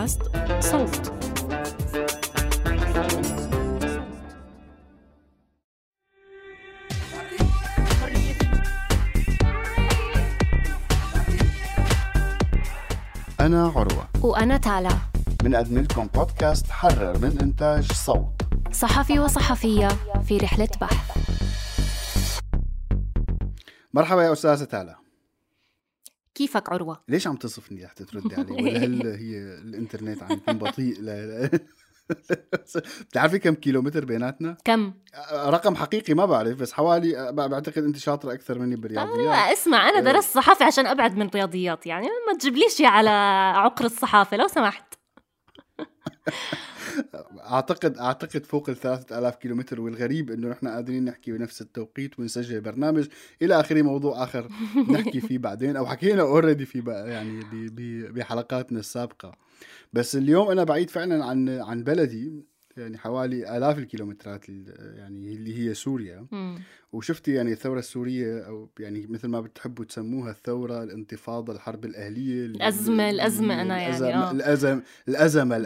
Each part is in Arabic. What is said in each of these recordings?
بودكاست صوت. أنا عروة وأنا تالا، بنقدم لكم بودكاست حرر من إنتاج صوت، صحفي وصحفية في رحلة بحث. مرحبا يا أستاذة تالا. كيفك عروة؟ ليش عم تصفني رح تردي علي؟ ولا هل هي الإنترنت عم يكون بطيء؟ لا. بتعرفي كم كيلومتر بيناتنا؟ كم؟ رقم حقيقي ما بعرف، بس حوالي، بعتقد أنت شاطرة أكثر مني بالرياضيات. اسمع، أنا درست صحافة عشان أبعد من رياضيات، يعني ما تجيبليش على عقر الصحافة لو سمحت. أعتقد فوق 3000 كيلومتر، والغريب إنه نحن قادرين نحكي بنفس التوقيت ونسجل برنامج إلى آخره. موضوع آخر نحكي فيه بعدين، أو حكينا أوريدي في يعني بحلقاتنا السابقة. بس اليوم أنا بعيد فعلا عن بلدي، يعني حوالي آلاف الكيلومترات، يعني اللي هي سوريا. وشفتي يعني الثورة السورية، أو يعني مثل ما بتحبوا تسموها الثورة، الانتفاضة، الحرب الأهلية، الأزمة أنا يعني الأزمة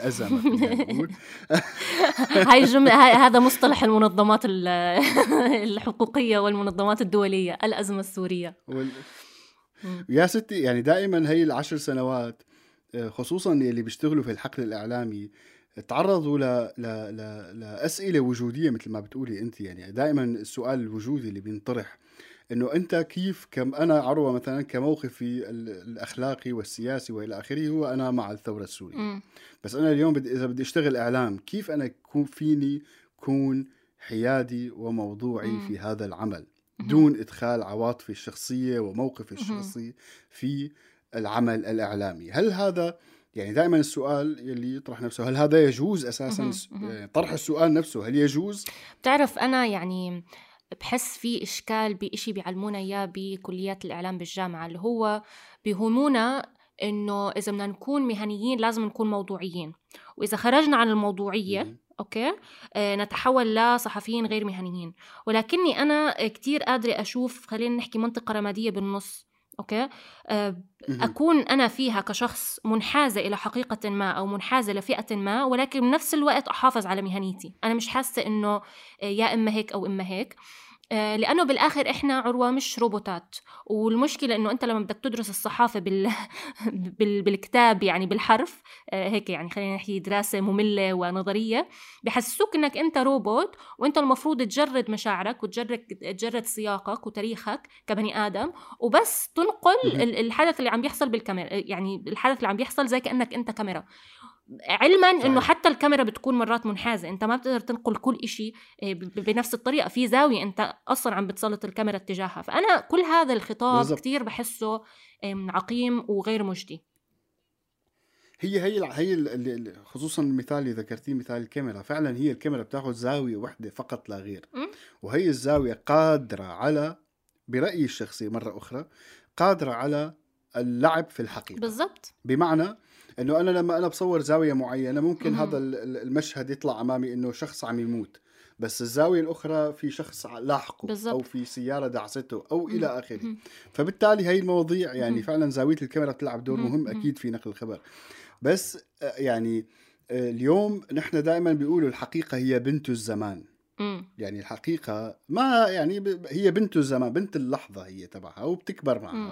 هذا مصطلح المنظمات الحقوقية والمنظمات الدولية، الأزمة السورية. يا ستي، يعني دائما هي 10 سنوات خصوصا اللي بيشتغلوا في الحقل الإعلامي تعرضوا لأسئلة وجودية مثل ما بتقولي أنت. يعني دائما السؤال الوجودي اللي بينطرح إنه أنت كيف، كم أنا عروة مثلا كموقفي الأخلاقي والسياسي وإلى آخره هو أنا مع الثورة السورية. بس أنا اليوم إذا بدي أشتغل إعلام، كيف أنا فيني كون حيادي وموضوعي في هذا العمل دون إدخال عواطفي الشخصية وموقفي الشخصي في العمل الإعلامي؟ هل هذا، يعني دائما السؤال يلي يطرح نفسه، هل هذا يجوز أساسا؟ طرح السؤال نفسه، هل يجوز؟ بتعرف أنا يعني بحس في إشكال بإشي بيعلمونا إياه بكليات الإعلام بالجامعة، اللي هو بيهمونا إنه إذا بدنا نكون مهنيين لازم نكون موضوعيين، وإذا خرجنا عن الموضوعية أوكي نتحول لصحفيين غير مهنيين. ولكني أنا كتير قادرة أشوف، خلينا نحكي منطقة رمادية بالنص، أوكي أكون أنا فيها كشخص منحازة إلى حقيقة ما أو منحازة لفئة ما، ولكن بنفس الوقت أحافظ على مهنيتي. أنا مش حاسة إنه يا إما هيك أو إما هيك، لأنه بالآخر إحنا عروة مش روبوتات. والمشكلة إنه أنت لما بدك تدرس الصحافة بالكتاب، يعني بالحرف هيك، يعني خلينا نحكي دراسة مملة ونظرية، بحسسوك إنك أنت روبوت، وأنت المفروض تجرد مشاعرك وتجرد سياقك وتاريخك كبني آدم، وبس تنقل الحدث اللي عم بيحصل بالكاميرا. يعني الحدث اللي عم بيحصل زي كأنك أنت كاميرا، علما إنه حتى الكاميرا بتكون مرات منحازة، أنت ما بتقدر تنقل كل إشي بنفس الطريقة، في زاوية أنت أصلا عم بتسلط الكاميرا اتجاهها. فأنا كل هذا الخطاب بالزبط كتير بحسه عقيم وغير مجدي. هي خصوصا المثال اللي ذكرتيه، مثال الكاميرا، فعلا هي الكاميرا بتاخذ زاوية واحدة فقط لا غير، وهي الزاوية قادرة على، برأيي الشخصي مرة أخرى، قادرة على اللعب في الحقيقة. بالضبط. بمعنى انه انا لما انا بصور زاويه معينه ممكن هذا المشهد يطلع امامي انه شخص عم يموت، بس الزاويه الاخرى في شخص لاحقه بالزبط، او في سياره دعسته او الى اخره. فبالتالي هي المواضيع يعني فعلا زاويه الكاميرا بتلعب دور مهم اكيد في نقل الخبر. بس يعني اليوم نحن دائما بيقولوا الحقيقه هي بنت الزمان. يعني الحقيقه ما يعني هي بنت الزمان، بنت اللحظه هي تبعها وبتكبر معها،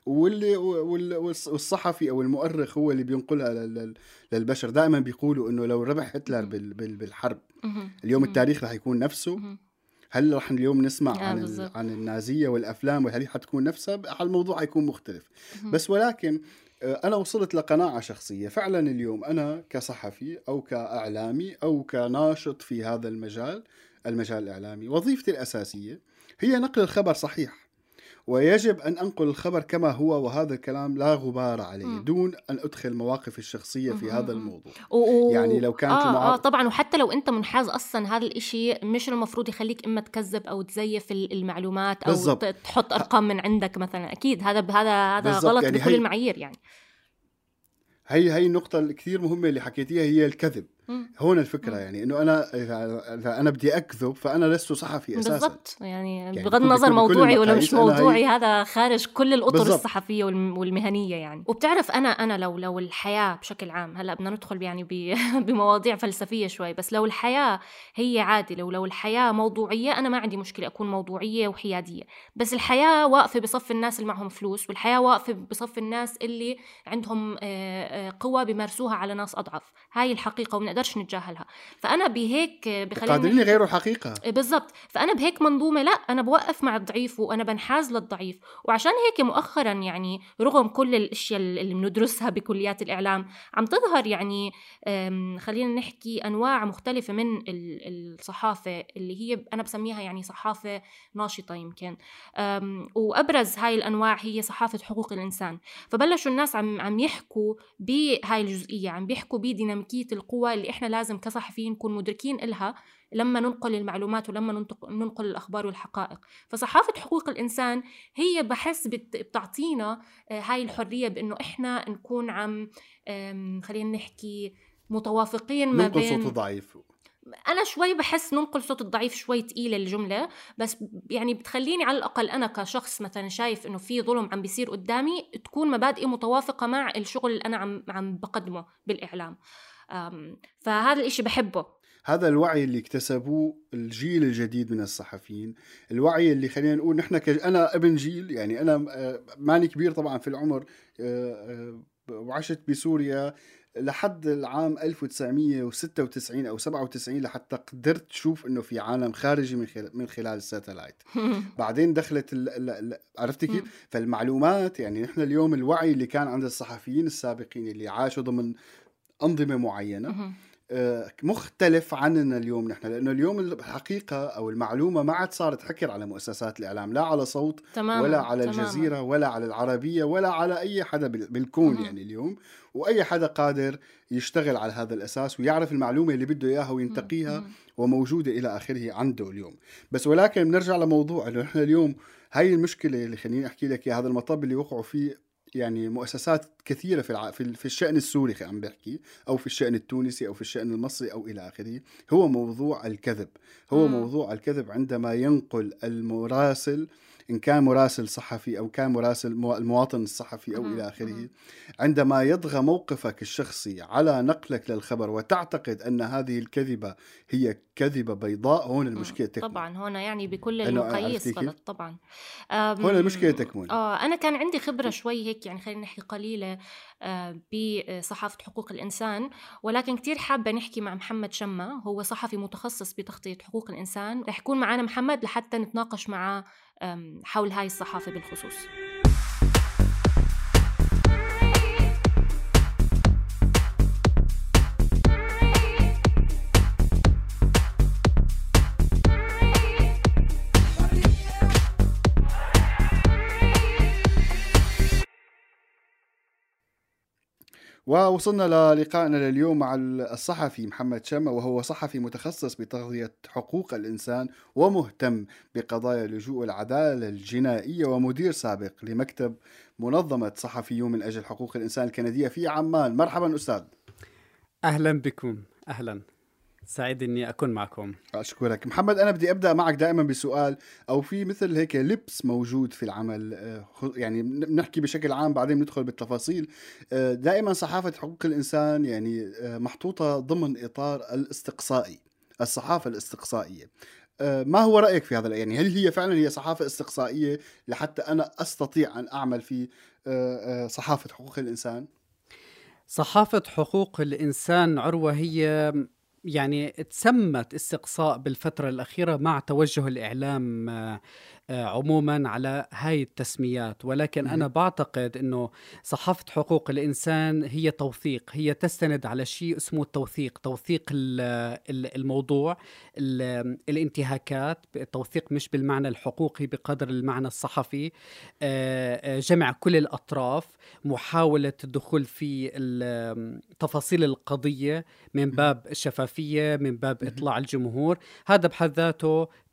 والصحفي أو المؤرخ هو اللي بينقلها للبشر. دائما بيقولوا إنه لو ربح هتلر بالحرب اليوم التاريخ رح يكون نفسه. هل رح اليوم نسمع عن النازية والأفلام وهل حتكون نفسها؟ الموضوع هيكون مختلف. بس ولكن أنا وصلت لقناعة شخصية، فعلا اليوم أنا كصحفي أو كإعلامي أو كناشط في هذا المجال الإعلامي، وظيفتي الأساسية هي نقل الخبر صحيح، ويجب أن أنقل الخبر كما هو، وهذا الكلام لا غبار عليه، دون أن أدخل مواقف الشخصية في هذا الموضوع. يعني لو كانت طبعا، وحتى لو أنت منحاز أصلا، هذا الإشي مش المفروض يخليك إما تكذب أو تزيف المعلومات أو بالزبط تحط أرقام من عندك مثلا. أكيد هذا غلط يعني بكل المعايير. يعني هي النقطة الكثير مهمة اللي حكيتيها، هي الكذب. هون الفكرة يعني إنه أنا إذا أنا بدي أكذب فأنا لست صحفي أساسا. بالضبط، يعني بغض النظر موضوعي ولا مش موضوعي، هذا خارج كل الأطر بالزبط. الصحفية والمهنية يعني. وبتعرف أنا لو الحياة بشكل عام، هلأ بدنا ندخل يعني بمواضيع فلسفية شوي، بس لو الحياة هي عادلة ولو الحياة موضوعية، أنا ما عندي مشكلة أكون موضوعية وحيادية. بس الحياة واقفة بصف الناس اللي معهم فلوس، والحياة واقفة بصف الناس اللي عندهم قوة بيمارسوها على ناس أضعف. هاي الحقيقة ومنقدرش نتجاهلها. فأنا بهيك قادرين يغيروا الحقيقة بالضبط. فأنا بهيك منظومة لا، أنا بوقف مع الضعيف وأنا بنحاز للضعيف. وعشان هيك مؤخرا يعني رغم كل الأشياء اللي بندرسها بكليات الإعلام عم تظهر يعني خلينا نحكي أنواع مختلفة من الصحافة اللي هي أنا بسميها يعني صحافة ناشطة يمكن. وأبرز هاي الأنواع هي صحافة حقوق الإنسان. فبلشوا الناس عم يحكوا بهاي الجزئية، عم بيحكوا بديناميكية القوة اللي إحنا لازم كصحفيين نكون مدركين إلها لما ننقل المعلومات ولما ننقل الأخبار والحقائق. فصحافة حقوق الإنسان هي بحس بتعطينا هاي الحرية بأنه إحنا نكون عم خلينا نحكي متوافقين ما بين ننقل صوت الضعيف. أنا شوي بحس ننقل صوت الضعيف شوي تقيلة الجملة، بس يعني بتخليني على الأقل أنا كشخص مثلا شايف إنه في ظلم عم بيصير قدامي تكون مبادئي متوافقة مع الشغل اللي أنا عم بقدمه بالإعلام. فهذا الإشي بحبه. هذا الوعي اللي اكتسبوه الجيل الجديد من الصحفيين، الوعي اللي خلينا نقول نحن أنا ابن جيل، يعني أنا ماني كبير طبعا في العمر، وعشت بسوريا لحد العام 1996 أو 97 لحتى قدرت تشوف إنه في عالم خارجي من خلال الساتلايت. بعدين دخلت عرفتي كيف؟ فالمعلومات يعني نحن اليوم الوعي اللي كان عند الصحفيين السابقين اللي عاشوا ضمن أنظمة معينة مختلف عننا اليوم نحن، لأنه اليوم الحقيقة أو المعلومة ما عاد صارت حكر على مؤسسات الإعلام، لا على صوت تماماً ولا على الجزيرة ولا على العربية ولا على أي حدا بالكون يعني اليوم. وأي حدا قادر يشتغل على هذا الأساس ويعرف المعلومة اللي بده إياها وينتقيها وموجودة إلى آخره عنده اليوم. بس ولكن بنرجع لموضوع إنه نحن اليوم هاي المشكلة اللي خليني أحكي لك هذا المطب اللي وقعوا فيه يعني مؤسسات كثيرة في الشأن السوري عم بحكي، أو في الشأن التونسي أو في الشأن المصري أو إلى آخره، هو موضوع الكذب. هو موضوع الكذب عندما ينقل المراسل، إن كان مراسل صحفي أو كان مراسل المواطن الصحفي أو إلى آخره، عندما يطغى موقفك الشخصي على نقلك للخبر وتعتقد أن هذه الكذبة هي كذبة بيضاء، هون المشكلة تكمن. طبعا هون يعني بكل المقاييس غلط طبعا. هون المشكلة تكمن. أنا كان عندي خبرة شوي هيك يعني خلينا نحكي قليلة بصحافة حقوق الإنسان، ولكن كتير حابة نحكي مع محمد شمة، هو صحفي متخصص بتغطية حقوق الإنسان. رح يكون معنا محمد لحتى نتناقش معه حول هاي الصحافة بالخصوص. ووصلنا للقائنا لليوم مع الصحفي محمد شمة، وهو صحفي متخصص بتغطية حقوق الإنسان ومهتم بقضايا لجوء والعدالة الجنائية، ومدير سابق لمكتب منظمة صحفيون من أجل حقوق الإنسان الكندية في عمان. مرحبا أستاذ. أهلا بكم. أهلا، سعيد إني أكون معكم. أشكرك محمد. أنا بدي أبدأ معك دائما بسؤال، أو في مثل هيك لبس موجود في العمل، يعني نحكي بشكل عام بعدين ندخل بالتفاصيل. دائما صحافة حقوق الإنسان يعني محطوطة ضمن إطار الاستقصائي، الصحافة الاستقصائية. ما هو رأيك في هذا؟ يعني هل هي فعلا هي صحافة استقصائية لحتى أنا أستطيع أن أعمل في صحافة حقوق الإنسان؟ صحافة حقوق الإنسان عروة هي يعني تسمت استقصاء بالفترة الأخيرة مع توجه الإعلام عموما على هاي التسميات، ولكن أنا بعتقد أنه صحافة حقوق الإنسان هي توثيق، هي تستند على شيء اسمه التوثيق، توثيق الموضوع، الانتهاكات، التوثيق مش بالمعنى الحقوقي بقدر المعنى الصحفي، جمع كل الأطراف، محاولة الدخول في تفاصيل القضية من باب الشفافية، من باب إطلاع الجمهور. هذا بحد ذاته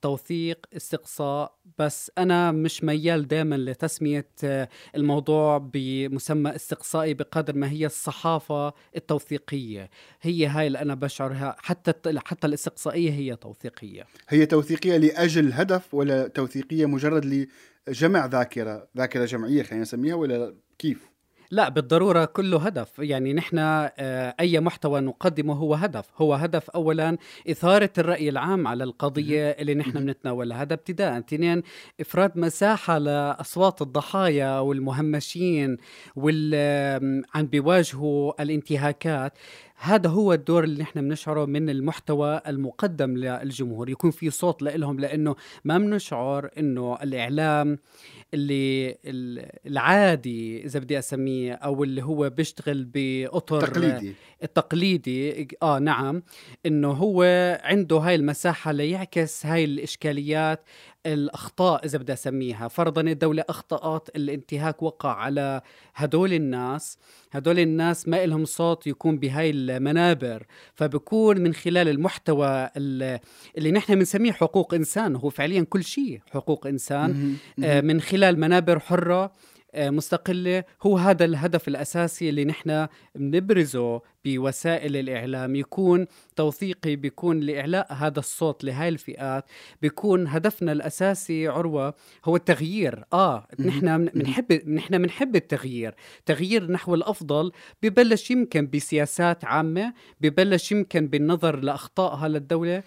توثيق، استقصاء. بس أنا مش ميال دائما لتسمية الموضوع بمسمى استقصائي بقدر ما هي الصحافة التوثيقية. هي هاي اللي أنا بشعرها، حتى الاستقصائية هي توثيقية. هي توثيقية لأجل هدف ولا توثيقية مجرد لجمع ذاكرة جمعية خلينا نسميها، ولا كيف؟ لا بالضرورة كله هدف. يعني نحن أي محتوى نقدمه هو هدف أولا إثارة الرأي العام على القضية اللي نحن بنتناولها، هذا ابتداء. 2 إفراد مساحة لأصوات الضحايا والمهمشين عم بيواجهوا الانتهاكات. هذا هو الدور اللي نحن بنشعره من المحتوى المقدم للجمهور، يكون في صوت لهم، لأنه ما بنشعر إنه الإعلام اللي العادي إذا بدي أسميه، أو اللي هو بيشتغل بأطر التقليدي نعم، إنه هو عنده هاي المساحة ليعكس هاي الإشكاليات، الأخطاء إذا بدي أسميها. فرضاً الدولة أخطأت، الانتهاك وقع على هدول الناس ما إلهم صوت يكون بهاي المنابر، فبكون من خلال المحتوى اللي نحن بنسميه حقوق إنسان، هو فعلياً كل شيء حقوق إنسان، من خلال منابر حرة مستقلة. هو هذا الهدف الأساسي اللي نحن بنبرزه بوسائل الإعلام، يكون توثيقي، بيكون لإعلاء هذا الصوت لهاي الفئات. بيكون هدفنا الأساسي عروة هو التغيير. نحن بنحب التغيير، تغيير نحو الأفضل. ببلش يمكن بسياسات عامة، ببلش يمكن بالنظر لأخطائها للدولة،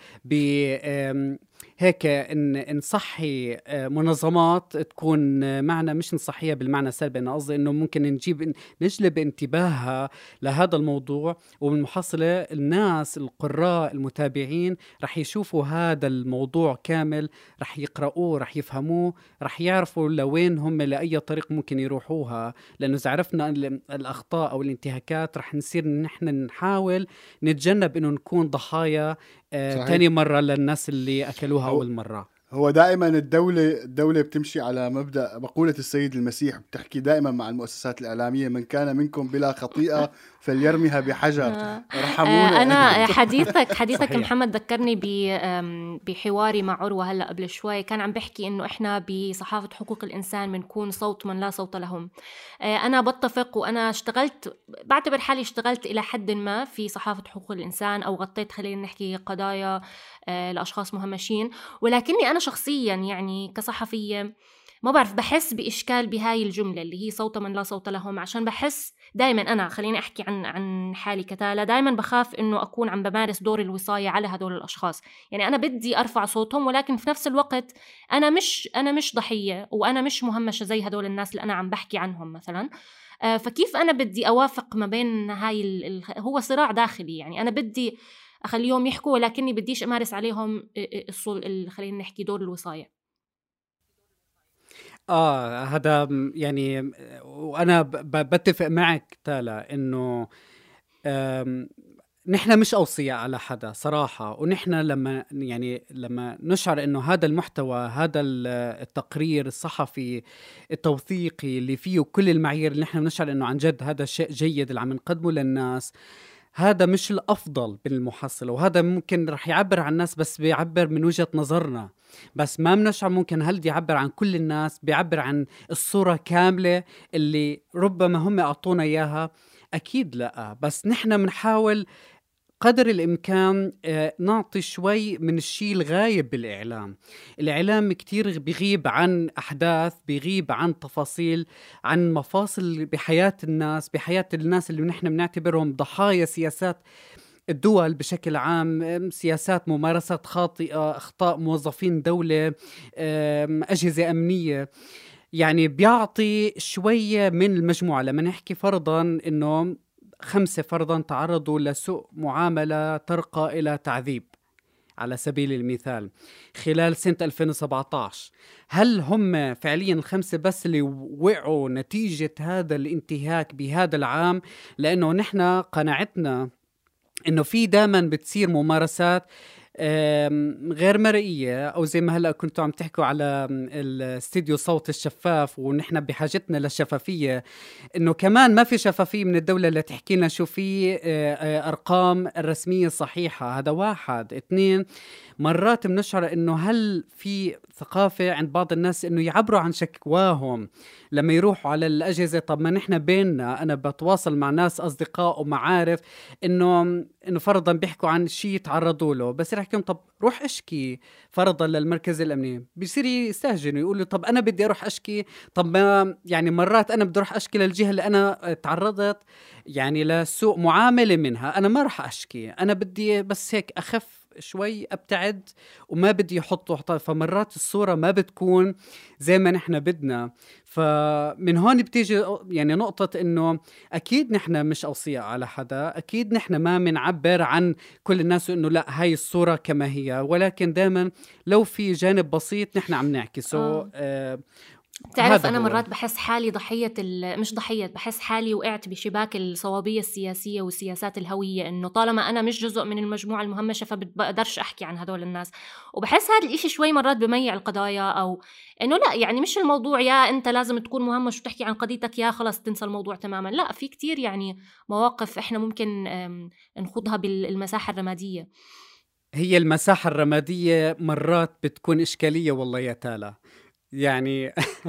هيك نصحي منظمات تكون معنا، مش نصحيها بالمعنى السلبي، أنا قصدي إنه ممكن نجلب انتباهها لهذا الموضوع، وبالمحصلة الناس القراء المتابعين رح يشوفوا هذا الموضوع كامل، رح يقرأوه، رح يفهموه، رح يعرفوا لوين هم لأي طريق ممكن يروحوها. لأنه إذا عرفنا الأخطاء أو الانتهاكات رح نصير نحن نحاول نتجنب إنه نكون ضحايا تاني مرة للناس اللي أكلوها أول مرة. هو دائما الدولة بتمشي على مبدأ مقولة السيد المسيح، بتحكي دائما مع المؤسسات الإعلامية: من كان منكم بلا خطيئة فليرميها بحجر. رحمونا. أنا حديثك محمد ذكرني بحواري مع عروة هلأ قبل شوي، كان عم بحكي إنه إحنا بصحافة حقوق الإنسان بنكون صوت من لا صوت لهم. أنا بتفق، وأنا بعتبر حالي اشتغلت إلى حد ما في صحافة حقوق الإنسان، أو غطيت خلينا نحكي قضايا لأشخاص مهمشين. ولكني أنا شخصيا يعني كصحفية ما بعرف، بحس بإشكال بهاي الجملة اللي هي صوت من لا صوت لهم، عشان بحس دايما، أنا خليني أحكي عن حالي كتالة، دايما بخاف إنه أكون عم بمارس دور الوصاية على هدول الأشخاص. يعني أنا بدي أرفع صوتهم، ولكن في نفس الوقت أنا مش ضحية، وأنا مش مهمشة زي هدول الناس اللي أنا عم بحكي عنهم مثلا. فكيف أنا بدي أوافق ما بين هاي هو صراع داخلي. يعني أنا بدي أخليهم يحكوا، ولكني بديش أمارس عليهم خلينا نحكي دور الوصاية. هذا يعني، وأنا بتفق معك تالا إنه نحن مش أوصياء على حدا صراحة. ونحن لما نشعر إنه هذا المحتوى، هذا التقرير الصحفي التوثيقي اللي فيه كل المعايير، اللي نحن نشعر إنه عن جد هذا شيء جيد اللي عم نقدمه للناس، هذا مش الأفضل بالمحصلة. وهذا ممكن رح يعبر عن الناس، بس بيعبر من وجهة نظرنا، بس ما بنشعر ممكن هل دي يعبر عن كل الناس، بيعبر عن الصورة كاملة اللي ربما هم أعطونا إياها. أكيد لا، بس نحن منحاول قدر الإمكان نعطي شوي من الشيء الغايب بالإعلام. الإعلام كتير بيغيب عن أحداث، بيغيب عن تفاصيل، عن مفاصل بحياة الناس اللي نحن بنعتبرهم ضحايا سياسات الدول بشكل عام، سياسات، ممارسات خاطئة، أخطاء موظفين دولة، أجهزة أمنية. يعني بيعطي شوية من المجموعة. لما نحكي فرضاً إنه 5 فرضاً تعرضوا لسوء معاملة ترقى إلى تعذيب على سبيل المثال خلال سنة 2017، هل هم فعلياً 5 بس اللي وقعوا نتيجة هذا الانتهاك بهذا العام؟ لأنه نحن قناعتنا إنه في دائماً بتصير ممارسات غير مرئية، أو زي ما هلأ كنتوا عم تحكوا على الاستديو صوت الشفاف ونحن بحاجتنا للشفافية، إنه كمان ما في شفافية من الدولة اللي تحكي لنا شو في أرقام الرسمية صحيحة. هذا واحد. 2، مرات بنشعر إنه هل في ثقافة عند بعض الناس إنه يعبروا عن شكواهم لما يروحوا على الأجهزة. طب ما نحن بيننا، أنا بتواصل مع ناس أصدقاء ومعارف إنه فرضا بيحكوا عن شيء تعرضوا له، بس يحكيهم طب روح اشكي فرضا للمركز الأمني، بيصير يستهجنوا يقولوا طب أنا بدي أروح أشكي. طب ما يعني مرات أنا بدي أروح أشكي للجهة اللي أنا تعرضت يعني لسوء معاملة منها، أنا ما رح أشكي، أنا بدي بس هيك أخف شوي أبتعد وما بدي يحطوا. فمرات الصورة ما بتكون زي ما نحن بدنا. فمن هون بتيجي يعني نقطة إنه أكيد نحن مش أوصياء على حدا، أكيد نحن ما منعبر عن كل الناس إنه لا هاي الصورة كما هي، ولكن دائما لو في جانب بسيط نحن عم نعكسه. تعرف أنا مرات بحس حالي ضحية مش ضحية، بحس حالي وقعت بشباك الصوابية السياسية والسياسات الهوية، إنه طالما أنا مش جزء من المجموعة المهمشة فبقدرش أحكي عن هدول الناس. وبحس هذا الإشي شوي مرات بميع القضايا، أو إنه لا يعني مش الموضوع يا أنت لازم تكون مهمش وتحكي عن قضيتك يا خلاص تنسى الموضوع تماما. لا، في كتير يعني مواقف إحنا ممكن نخوضها بالمساحة الرمادية. هي المساحة الرمادية مرات بتكون إشكالية والله يا تالا، يعني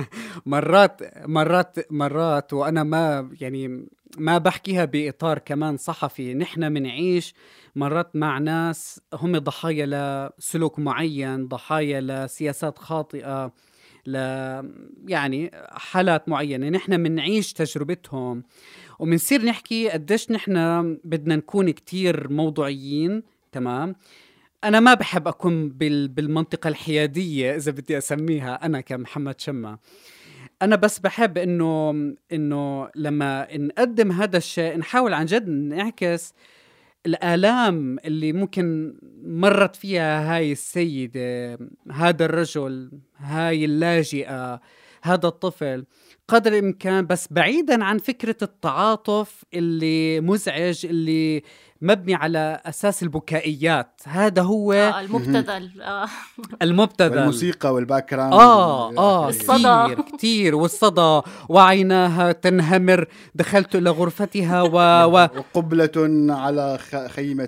مرات وأنا ما بحكيها بإطار كمان صحفي. نحن منعيش مرات مع ناس هم ضحايا لسلوك معين، ضحايا لسياسات خاطئة، يعني حالات معينة نحن منعيش تجربتهم، ومنصير نحكي قديش نحن بدنا نكون كتير موضوعيين. تمام. أنا ما بحب أكون بالمنطقة الحيادية إذا بدي أسميها أنا كمحمد شمة. أنا بس بحب إنه لما نقدم هذا الشيء نحاول عن جد نعكس الآلام اللي ممكن مرت فيها هاي السيدة، هذا الرجل، هاي اللاجئة، هذا الطفل قدر الإمكان، بس بعيداً عن فكرة التعاطف اللي مزعج اللي مبني على أساس البكائيات. هذا هو المبتذل. المبتذل، الموسيقى والباك جراوند، الصدى كتير والصدى، وعيناها تنهمر، دخلت إلى غرفتها وقبلة على خيمة.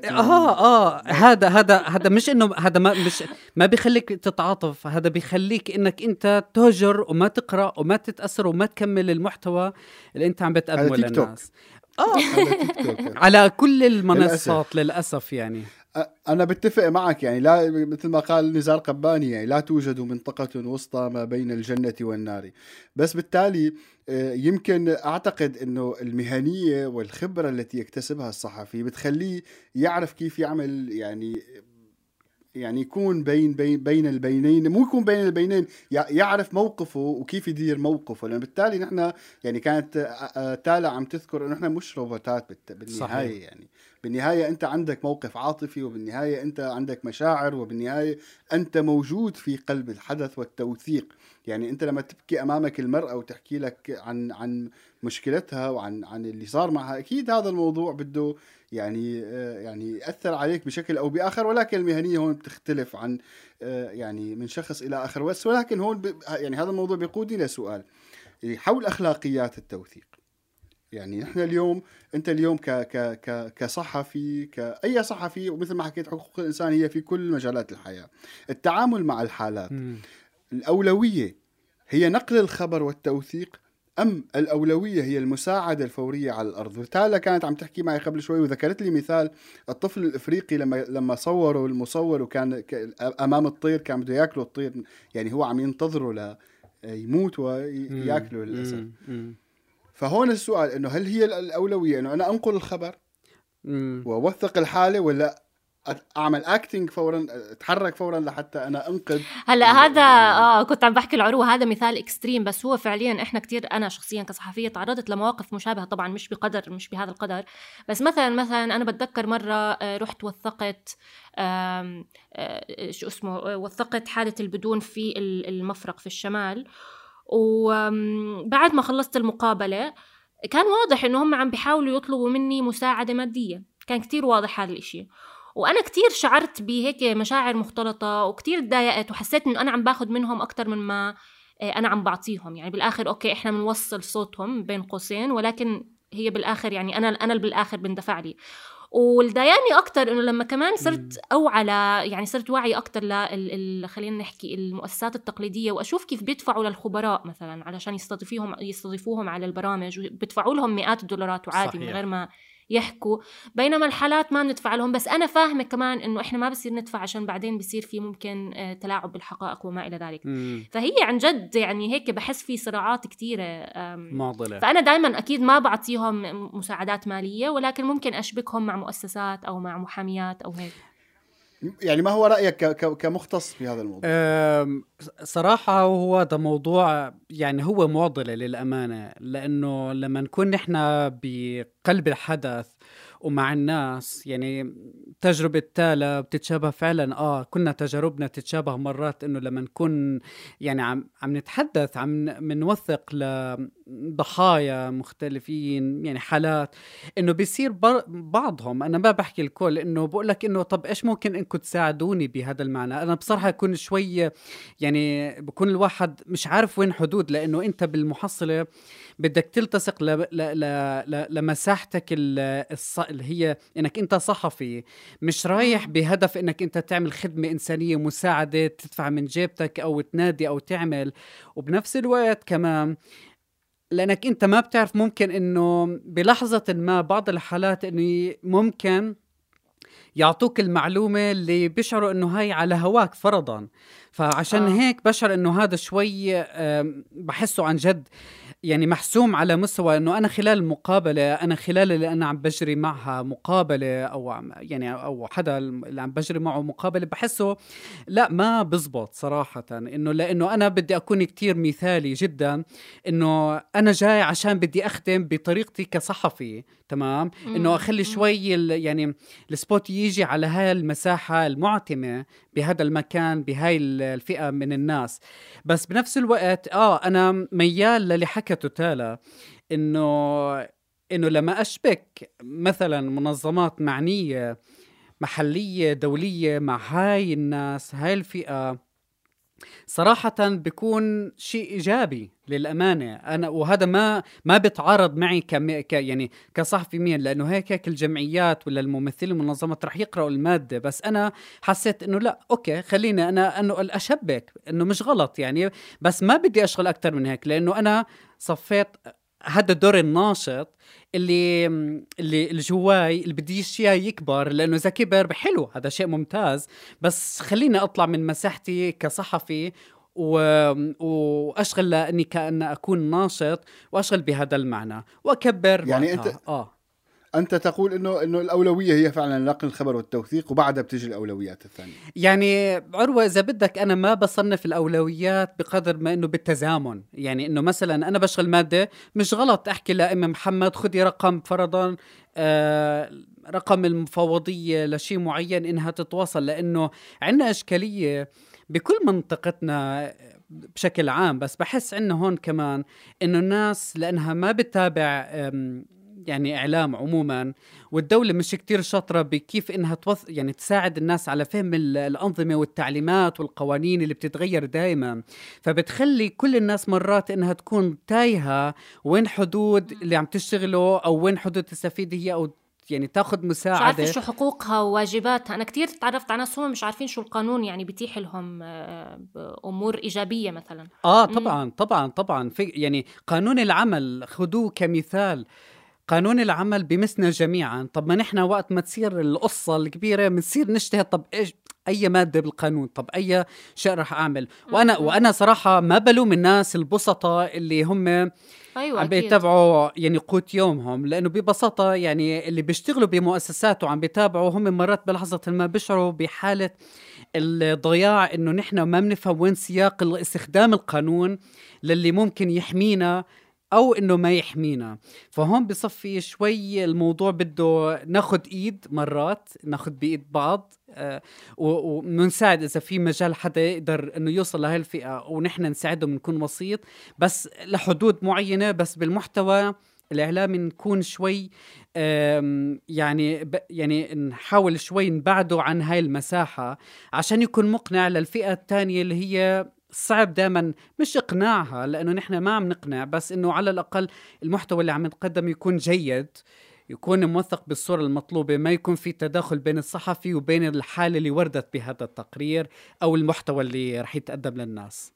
هذا مش إنه هذا ما بيخليك تتعاطف، هذا بيخليك إنك أنت تهجر وما تقرأ وما تتأثر وما تكمل المحتوى اللي أنت عم بتقدمه للناس. على كل المنصات للأسف. يعني أنا بتفق معك، يعني لا مثل ما قال نزار قباني، يعني لا توجد منطقة وسطى ما بين الجنة والنار. بس بالتالي يمكن أعتقد أنه المهنية والخبرة التي يكتسبها الصحفي بتخليه يعرف كيف يعمل، يعني يكون بين البينين، مو يكون بين البينين، يعرف موقفه وكيف يدير موقفه. لأن بالتالي نحن يعني كانت تالا عم تذكر إنه نحن مش روبوتات بالنهاية. صحيح. يعني بالنهاية أنت عندك موقف عاطفي، وبالنهاية أنت عندك مشاعر، وبالنهاية أنت موجود في قلب الحدث والتوثيق. يعني أنت لما تبكي أمامك المرأة وتحكي لك عن مشكلتها وعن اللي صار معها، أكيد هذا الموضوع بده يعني يأثر عليك بشكل أو بآخر. ولكن المهنية هون بتختلف عن يعني من شخص إلى آخر. ولكن هون يعني هذا الموضوع بيقودني لسؤال حول أخلاقيات التوثيق. يعني نحن اليوم، أنت اليوم كصحفي، كأي صحفي، ومثل ما حكيت حقوق الإنسان هي في كل مجالات الحياة، التعامل مع الحالات، الأولوية هي نقل الخبر والتوثيق، أم الأولوية هي المساعدة الفورية على الأرض؟ وتالا كانت عم تحكي معي قبل شوي وذكرت لي مثال الطفل الإفريقي لما صوروا المصور وكان أمام الطير، كان بده يأكله الطير، يعني هو عم ينتظره ليموت ويأكله للأسف. فهون السؤال إنه هل هي الأولوية إنه أنا أنقل الخبر وأوثق الحالة، ولا أعمل أكتينج فورا، أتحرك فورا لحتى أنا أنقذ؟ هلا هذا كنت عم بحكي العروة، هذا مثال إكستريم، بس هو فعليا إحنا كتير، أنا شخصيا كصحفية تعرضت لمواقف مشابهة، طبعا مش بهذا القدر، بس مثلا أنا بتذكر مرة رحت وثقت وثقت حالة البدون في المفرق في الشمال، وبعد ما خلصت المقابلة كان واضح إنه هم عم بيحاولوا يطلبوا مني مساعدة مادية، كان كتير واضح هذا الإشي. وأنا كتير شعرت بهيك مشاعر مختلطة، وكتير تضايقت، وحسيت إنه أنا عم باخد منهم أكتر من ما أنا عم بعطيهم. يعني بالآخر أوكي إحنا بنوصل صوتهم بين قوسين، ولكن هي بالآخر يعني أنا اللي بالآخر بندفع لي. والضايقني أكتر إنه لما كمان صرت أوعى يعني صرت واعي أكتر خلينا نحكي المؤسسات التقليدية، وأشوف كيف بيدفعوا للخبراء مثلا علشان يستضيفوهم على البرامج، وبيدفعوا لهم مئات الدولارات وعادي صحيح. من غير ما يحكوا، بينما الحالات ما بندفع لهم. بس أنا فاهمة كمان إنه إحنا ما بصير ندفع عشان بعدين بصير في ممكن تلاعب بالحقائق وما إلى ذلك. فهي عن جد يعني هيك بحس في صراعات كتيرة معضلة. فأنا دايما أكيد ما بعطيهم مساعدات مالية، ولكن ممكن أشبكهم مع مؤسسات أو مع محاميات أو هيك. يعني ما هو رأيك كمختص في هذا الموضوع؟ صراحة هو ده موضوع يعني هو معضلة للأمانة، لأنه لما نكون نحن بقلب الحدث ومع الناس، يعني تجربة تالا بتتشابه فعلا. كنا تجاربنا تتشابه مرات، انه لما نكون يعني عم نتحدث، عم نوثق لضحايا مختلفين، يعني حالات انه بيصير بعضهم، انا ما بحكي الكل، انه بقول لك انه طب ايش ممكن انكم تساعدوني بهذا المعنى. انا بصراحة اكون شوي يعني بكون الواحد مش عارف وين حدود، لانه انت بالمحصلة بدك تلتصق لمساحتك اللي هي انك انت صحفي، مش رايح بهدف انك انت تعمل خدمة انسانية، مساعدة، تدفع من جيبتك او تنادي او تعمل. وبنفس الوقت كمان لانك انت ما بتعرف، ممكن انه بلحظة ما بعض الحالات انه ممكن يعطوك المعلومة اللي بيشعروا انه هاي على هواك فرضا. فعشان هيك بشعر انه هذا شوي بحسه عن جد يعني محسوم على مستوى انه انا خلال المقابله، انا خلال اللي انا عم بجري معها مقابله او حدا اللي عم بجري معه مقابله، بحسه لا ما بزبط صراحه. لانه انا بدي اكون كتير مثالي جدا، انه انا جاي عشان بدي اخدم بطريقتي كصحفي، تمام، انه اخلي شوي يعني السبوت يجي على هاي المساحه المعتمه بهذا المكان بهاي الفئه من الناس. بس بنفس الوقت انا ميال للي حكته تالا، انه لما اشبك مثلا منظمات معنيه محليه دوليه مع هاي الناس هاي الفئه، صراحة بيكون شيء إيجابي للأمانة. أنا وهذا ما بتعارض معي يعني كصحفي مين، لأنه هيك الجمعيات ولا الممثلين المنظمات رح يقرأوا المادة. بس أنا حسيت إنه لا أوكي خليني أنا إنه أشبك، إنه مش غلط يعني، بس ما بدي أشغل أكتر من هيك، لأنه أنا صفيت هذا الدور الناشط اللي جواي اللي بدي اياه يكبر، لانه اذا كبر بحلو هذا شيء ممتاز، بس خليني اطلع من مساحتي كصحفي واشغل لاني كأن اكون ناشط واشغل بهذا المعنى واكبر يعني وقتها. أنت تقول إنه الأولوية هي فعلا نقل الخبر والتوثيق، وبعدها بتجي الأولويات الثانية. يعني عروة إذا بدك أنا ما بصنف الأولويات بقدر ما إنه بالتزامن، يعني إنه مثلا أنا بشغل مادة، مش غلط أحكي لأم محمد خدي رقم فرضا رقم المفوضية لشيء معين إنها تتواصل، لأنه عندنا إشكالية بكل منطقتنا بشكل عام، بس بحس عنا هون كمان إنه الناس لأنها ما بتتابع يعني إعلام عموما، والدولة مش كتير شاطرة بكيف إنها يعني تساعد الناس على فهم الأنظمة والتعليمات والقوانين اللي بتتغير دائما، فبتخلي كل الناس مرات إنها تكون تايهة وين حدود اللي عم تشتغله أو وين حدود تستفيد هي أو يعني تاخد مساعدة، مش عارفة شو حقوقها وواجباتها. أنا كتير تعرفت على ناس هم مش عارفين شو القانون يعني بيتيح لهم أمور إيجابية مثلا. طبعا في يعني قانون العمل خدوه كمثال. قانون العمل بمسنا جميعا. طب ما نحن وقت ما تصير القصة الكبيرة بنصير نجتهد، طب إيش أي مادة بالقانون، طب أي شيء رح أعمل. وأنا صراحة ما بلوم الناس البسطة اللي هم عم بيتابعوا يعني قوت يومهم، لأنه ببساطة يعني اللي بيشتغلوا بمؤسسات وعم بيتابعوا هم مرات بلحظة ما بيشعروا بحالة الضياع، إنه نحن ما بنفهم وين سياق استخدام القانون للي ممكن يحمينا أو إنه ما يحمينا. فهون بصفي شوي الموضوع بده ناخد إيد، مرات ناخد بإيد بعض ونساعد إذا في مجال حدا يقدر إنه يوصل لهي الفئة ونحن نساعدهم، نكون وسيط بس لحدود معينة، بس بالمحتوى الإعلامي نكون شوي يعني نحاول شوي نبعده عن هاي المساحة عشان يكون مقنع للفئة الثانية اللي هي صعب دائما مش إقناعها، لأنه نحن ما عم نقنع، بس إنه على الأقل المحتوى اللي عم نقدم يكون جيد، يكون موثق بالصورة المطلوبة، ما يكون في تداخل بين الصحفي وبين الحالة اللي وردت بهذا التقرير أو المحتوى اللي رح يتقدم للناس.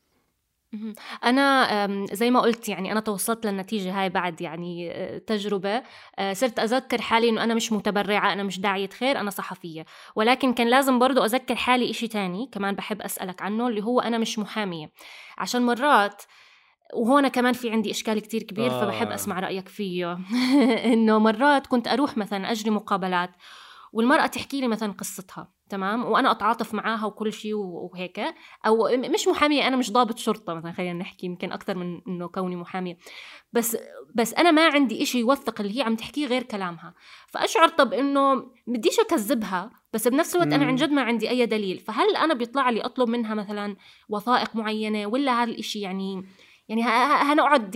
أنا زي ما قلت يعني أنا توصلت للنتيجة هاي بعد يعني تجربة. صرت أذكر حالي إنه أنا مش متبرعة، أنا مش داعية خير، أنا صحفية. ولكن كان لازم برضو أذكر حالي إشي تاني كمان بحب أسألك عنه، اللي هو أنا مش محامية. عشان مرات، وهنا كمان في عندي إشكال كتير كبير فبحب أسمع رأيك فيه إنه مرات كنت أروح مثلا أجري مقابلات والمرأة تحكي لي مثلا قصتها، تمام، وأنا أتعاطف معاها وكل شيء وهيك، أو مش محامية، أنا مش ضابط شرطة مثلا، خلينا نحكي يمكن أكثر من إنه كوني محامية، بس أنا ما عندي إشي يوثق اللي هي عم تحكيه غير كلامها، فأشعر طب إنه بديش أكذبها، بس بنفس الوقت أنا عن جد ما عندي أي دليل. فهل أنا بيطلع لي أطلب منها مثلا وثائق معينة، ولا هذا الإشي يعني هنقعد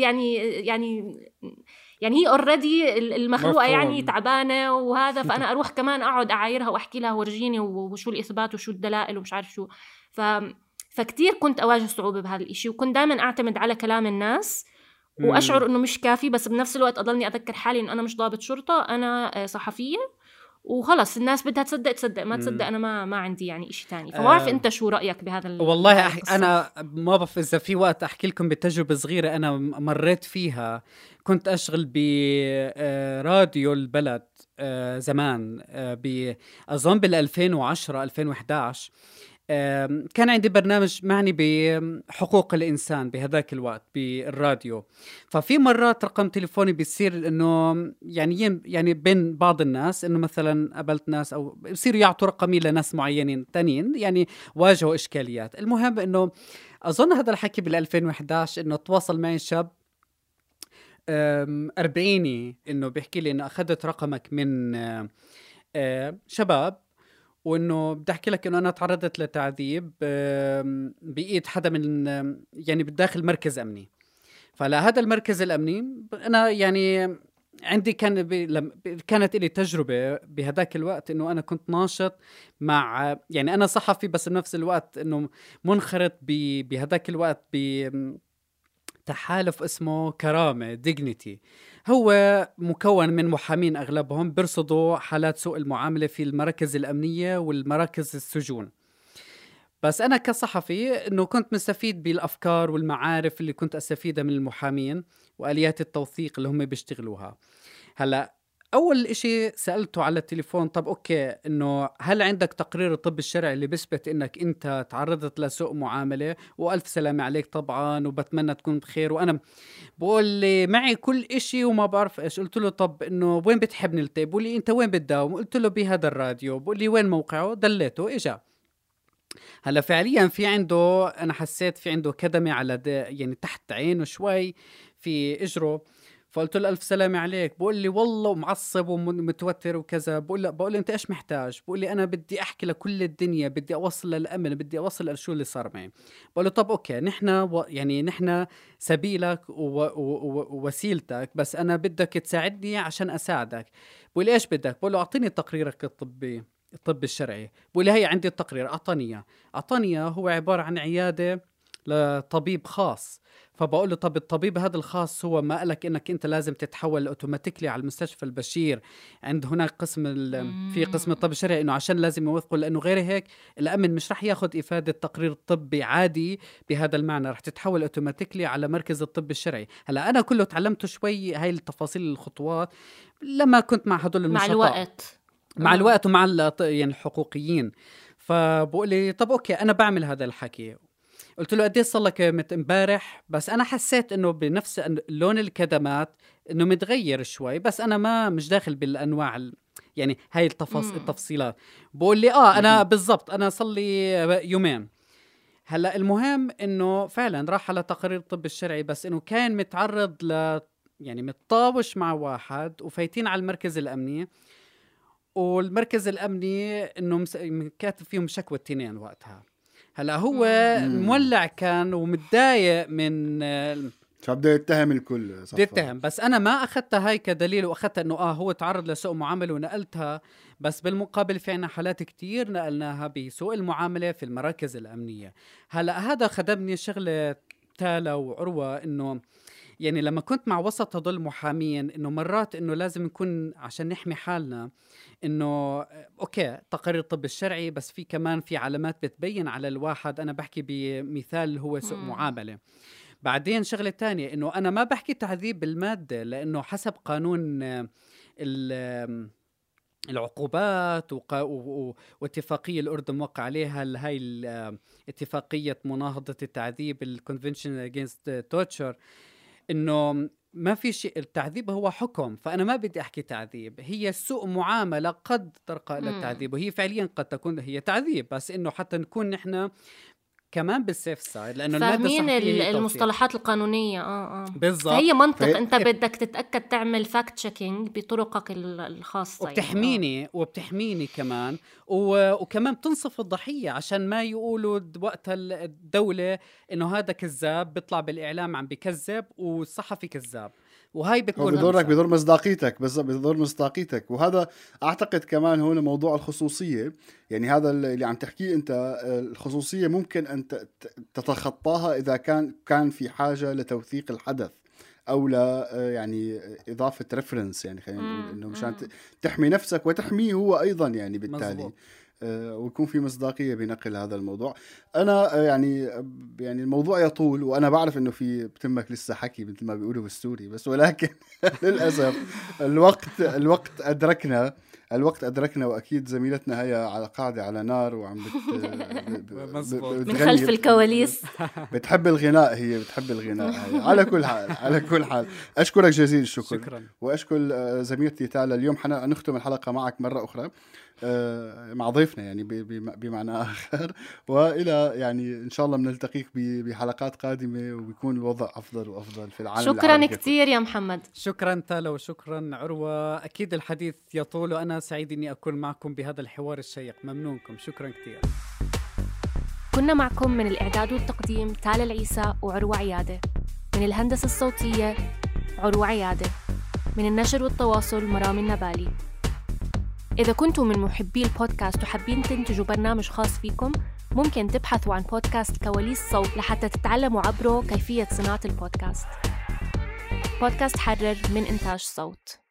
يعني هي اوريدي المخلوقه يعني تعبانه وهذا، فانا اروح كمان اقعد اعايرها واحكي لها ورجيني وشو الاثبات وشو الدلائل ومش عارف شو. فكتير كنت اواجه صعوبه بهذا الاشي، وكنت دائما اعتمد على كلام الناس واشعر انه مش كافي، بس بنفس الوقت اضلني اذكر حالي انه انا مش ضابط شرطه، انا صحفيه، وخلص الناس بدها تصدق ما تصدق، انا ما عندي يعني إشي تاني. فما بعرف انت شو رايك بهذا والله انا ما بعرف اذا في وقت احكي لكم بتجربه صغيره انا مريت فيها. كنت اشتغل براديو البلد زمان، اظن بال 2010 2011. كان عندي برنامج معني بحقوق الإنسان بهذاك الوقت بالراديو. ففي مرات رقم تليفوني بيصير إنه يعني بين بعض الناس إنه مثلا قابلت ناس أو بيصيروا يعطوا رقمي لناس معينين تانيين يعني واجهوا إشكاليات. المهم إنه أظن هذا الحكي بال 2011 إنه تواصل معي شاب أربعيني إنه بيحكي لي إنه أخذت رقمك من شباب، وإنه بدي أحكي لك إنه أنا تعرضت لتعذيب بإيد حدا من يعني بداخل مركز أمني. فلا هذا المركز الأمني أنا يعني عندي كانت لي تجربة بهذاك الوقت إنه أنا كنت ناشط مع يعني أنا صحفي، بس بنفس الوقت إنه منخرط بهذاك الوقت تحالف اسمه كرامة ديجنيتي. هو مكون من محامين أغلبهم بيرصدوا حالات سوء المعاملة في المراكز الأمنية والمراكز السجون. بس أنا كصحفي إنه كنت مستفيد بالأفكار والمعارف اللي كنت أستفيدها من المحامين وآليات التوثيق اللي هم بيشتغلوها. هلأ أول إشي سألته على التليفون، طب أوكي إنه هل عندك تقرير الطب الشرعي اللي بيثبت إنك أنت تعرضت لسوء معاملة؟ وألف سلامة عليك طبعا وبتمنى تكون بخير. وأنا بقول لي معي كل إشي وما بعرف إيش. قلت له طب إنه وين بتحب نلتقي؟ بقول لي أنت وين بتداوم؟ قلت له بهذا الراديو. بقول لي وين موقعه؟ دليته إجا. هلا فعليا في عنده، أنا حسيت في عنده كدمة على يعني تحت عينه شوي في إجره. فقلت له ألف سلامة عليك. بقول لي والله معصب ومتوتر وكذا. بقول له أنت إيش محتاج؟ بقول لي أنا بدي أحكي لكل الدنيا، بدي أوصل للأمن، بدي أوصل لشو اللي صار معي. بقول له طب أوكي نحن سبيلك ووسيلتك، بس أنا بدك تساعدني عشان أساعدك. بقول لي إيش بدك؟ بقول له أعطيني تقريرك الطب الشرعي. بقول لي هي عندي التقرير. أعطاني هو عبارة عن عيادة لطبيب خاص. فبقول له طب الطبيب هذا الخاص هو ما قالك انك انت لازم تتحول اوتوماتيكلي على المستشفى البشير؟ عند هناك في قسم الطب الشرعي انه عشان لازم يوثقوا، لانه غير هيك الامن مش رح ياخد افادة تقرير طبي عادي بهذا المعنى، رح تتحول اوتوماتيكلي على مركز الطب الشرعي. هلا انا كله تعلمته شوي هاي التفاصيل الخطوات لما كنت مع هدول النشطاء مع الوقت ومع يعني الحقوقيين. فبقول لي طب اوكي انا بعمل هذا الحكي. قلت له قديش صار لك امبارح؟ بس انا حسيت انه بنفس لون الكدمات انه متغير شوي، بس انا مش داخل بالانواع يعني هاي التفصيلات. بقول لي انا بالضبط انا صار لي يومين. هلا المهم انه فعلا راح على تقرير الطب الشرعي، بس انه كان متعرض يعني متطاوش مع واحد وفايتين على المركز الامني، والمركز الامني انه كاتب فيهم شكوى التنين وقتها. هلا هو مولع كان ومتضايق من فبده يتهم الكل. بدي اتهم، بس انا ما اخذتها هاي كدليل، واخذتها انه هو تعرض لسوء معامله ونقلتها. بس بالمقابل في عنا حالات كتير نقلناها بسوء المعامله في المراكز الامنيه. هلا هذا خدمني شغله تالا وعروه، انه يعني لما كنت مع وسط هدول المحامين، انه مرات انه لازم نكون عشان نحمي حالنا، انه اوكي تقرير الطب الشرعي، بس في كمان في علامات بتبين على الواحد. انا بحكي بمثال هو سوء معامله. بعدين شغله تانية، انه انا ما بحكي تعذيب بالماده، لانه حسب قانون العقوبات واتفاقية الأردن موقع عليها، هاي اتفاقية مناهضة التعذيب، الكونفنشن against torture، إنه ما في شيء. التعذيب هو حكم، فأنا ما بدي أحكي تعذيب. هي سوء معاملة قد ترقى إلى التعذيب، وهي فعليا قد تكون هي تعذيب، بس إنه حتى نكون نحن كمان بالسيف سايد، لانه فاهمين المصطلحات القانونيه. بالضبط. فهي منطق انت بدك تتاكد تعمل فاكت تشيكينج بطرقك الخاصه، وبتحميني كمان، وكمان بتنصف الضحيه، عشان ما يقولوا وقتها الدوله انه هذا كذاب، بيطلع بالاعلام عم بكذب والصحفي كذاب، وهي بتكون بضر مصداقيتك. وهذا اعتقد كمان هون موضوع الخصوصيه. يعني هذا اللي عم تحكيه انت، الخصوصيه ممكن ان تتخطاها اذا كان في حاجه لتوثيق الحدث، او لا يعني اضافه ريفرنس، يعني خلينا نقول انه مشان تحمي نفسك وتحميه هو ايضا، يعني بالتالي مزبوط. ويكون في مصداقية بنقل هذا الموضوع. أنا يعني الموضوع يطول، وأنا بعرف إنه في بتمك لسه حكي مثل ما بيقولوا بالسوري، بس ولكن للأسف الوقت أدركنا، وأكيد زميلتنا هي على قاعدة على نار وعم من خلف الكواليس. بتحب الغناء هي. على كل حال أشكرك جزيل الشكر. شكرا. وأشكر زميلتي تالا. اليوم نختم الحلقة معك مرة أخرى مع ضيفنا، يعني بمعنى آخر، وإلى يعني إن شاء الله بنلتقيك بحلقات قادمة، وبيكون الوضع أفضل وأفضل في العالم. شكرا كتير يا محمد. شكرا تالا، وشكرا عروة. أكيد الحديث يطول، وأنا سعيد أني أكون معكم بهذا الحوار الشيق. ممنونكم، شكرا كتير. كنا معكم من الإعداد والتقديم تالا العيسى وعروة عيادة، من الهندسة الصوتية عروة عيادة، من النشر والتواصل مرام النبالي. إذا كنتم من محبي البودكاست وحابين تنتجوا برنامج خاص فيكم، ممكن تبحثوا عن بودكاست كواليس صوت لحتى تتعلموا عبره كيفية صناعة البودكاست. بودكاست حرر من إنتاج صوت.